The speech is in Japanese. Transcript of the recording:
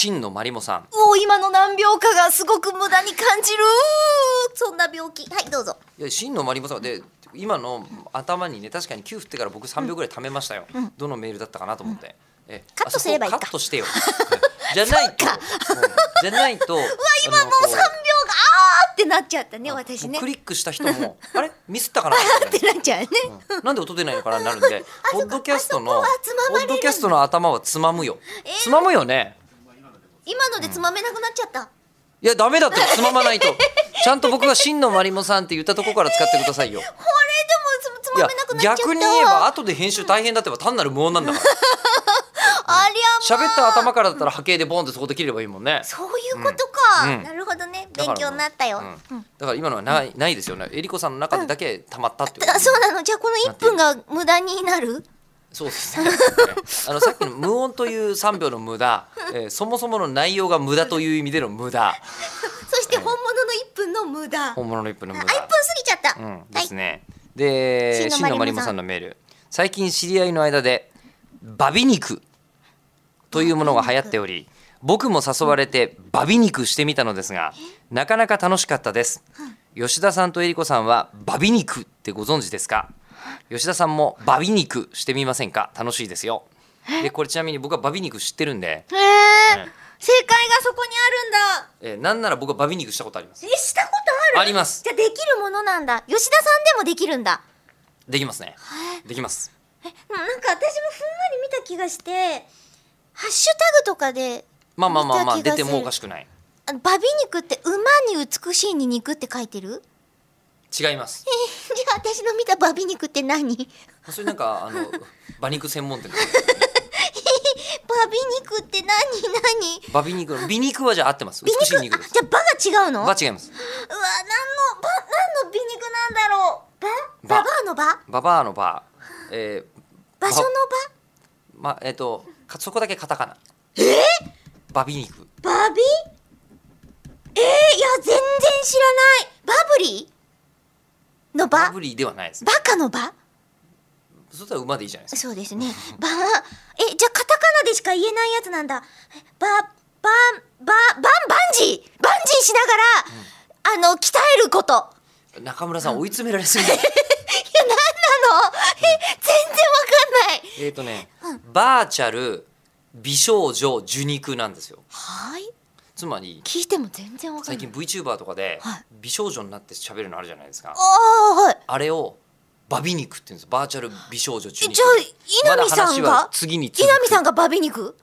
真のマリモさん。 今の何秒かがすごく無駄に感じる。そんな病気。はい、どうぞ。 いや真のマリモさんで今の頭にね、確かに9振ってから僕3秒ぐらい貯めましたよ、どのメールだったかなと思って、 カットすればいいか。 カットしてよじゃないとじゃないと今もう3秒がってなっちゃったね、私ね。 クリックした人もあれミスったかなってなっちゃうね。 なんで音出ないのかなになるんで、ポッドキャストの頭はつまむよ、つまむよね。 今のでつまめなくなっちゃった。 いやダメだってつままないとちゃんと僕が真のマリモさんって言ったところから使ってくださいよ。 これでもつまめなくなっちゃった。 逆に言えば後で編集大変だってば単なる無音なんだからありゃまあ喋った頭からだったら波形でボンってそこで切ればいいもんね。 そういうことか、 うんなるほどね、勉強になったよ。 だから今のはないですよね。えりこさんの中でだけ溜まったってこと、 そうなの。じゃあこの1分が無駄になる。 そうですねさっきの無音という3秒の無駄、そもそもの内容が無駄という意味での無駄そして本物の1分の無駄。 本物の1分の無駄。 1分過ぎちゃった、 ですね。で真のマリモさんのメール、最近知り合いの間でバビ肉というものが流行っており、僕も誘われてバビ肉してみたのですがなかなか楽しかったです。吉田さんとえりこさんはバビ肉ってご存知ですか？吉田さんもバビ肉してみませんか？楽しいですよ。でこれちなみに僕はバビ肉知ってるんで、 正解がそこにあるんだ。 なんなら僕はバビ肉したことあります。 したことある？ あります。 じゃあできるものなんだ。吉田さんでもできるんだ。 できますね。できます。 なんか私もふんわり見た気がして、ハッシュタグとかでまあ見た気がする。 出てもおかしくない。 バビ肉って馬に美しいに肉って書いてる？ 違います。 じゃあ私の見たバビ肉って何？ それなんか馬肉専門店バビ肉って何？ バビ肉の美肉はじゃあ合ってます。美しい肉です。 じゃあバが違うの？ バ違います。 何の美肉なんだろう。ババアのバ？ ババアのバ、 場所のそこだけカタカナ。バビ肉。 バビ？いや全然知らない。バブリーのバ？ バブリーではないです。 バカのバ？ そしたら馬でいいじゃないですか。 そうですね。バじゃあカタカナでしか言えないやつなんだ。バンジーしながら、鍛えること。 中村さん追い詰められすぎだ。 いや何なの？全然わかんない。 バーチャル美少女受肉なんですよ。 はい。 つまり聞いても全然わかんない。 最近 VTuber とかで美少女になって喋るのあるじゃないですか。 はい。 あれをバビ肉って言うんです。バーチャル美少女受肉。 じゃあ稲見さんが次に稲見さんがバビ肉？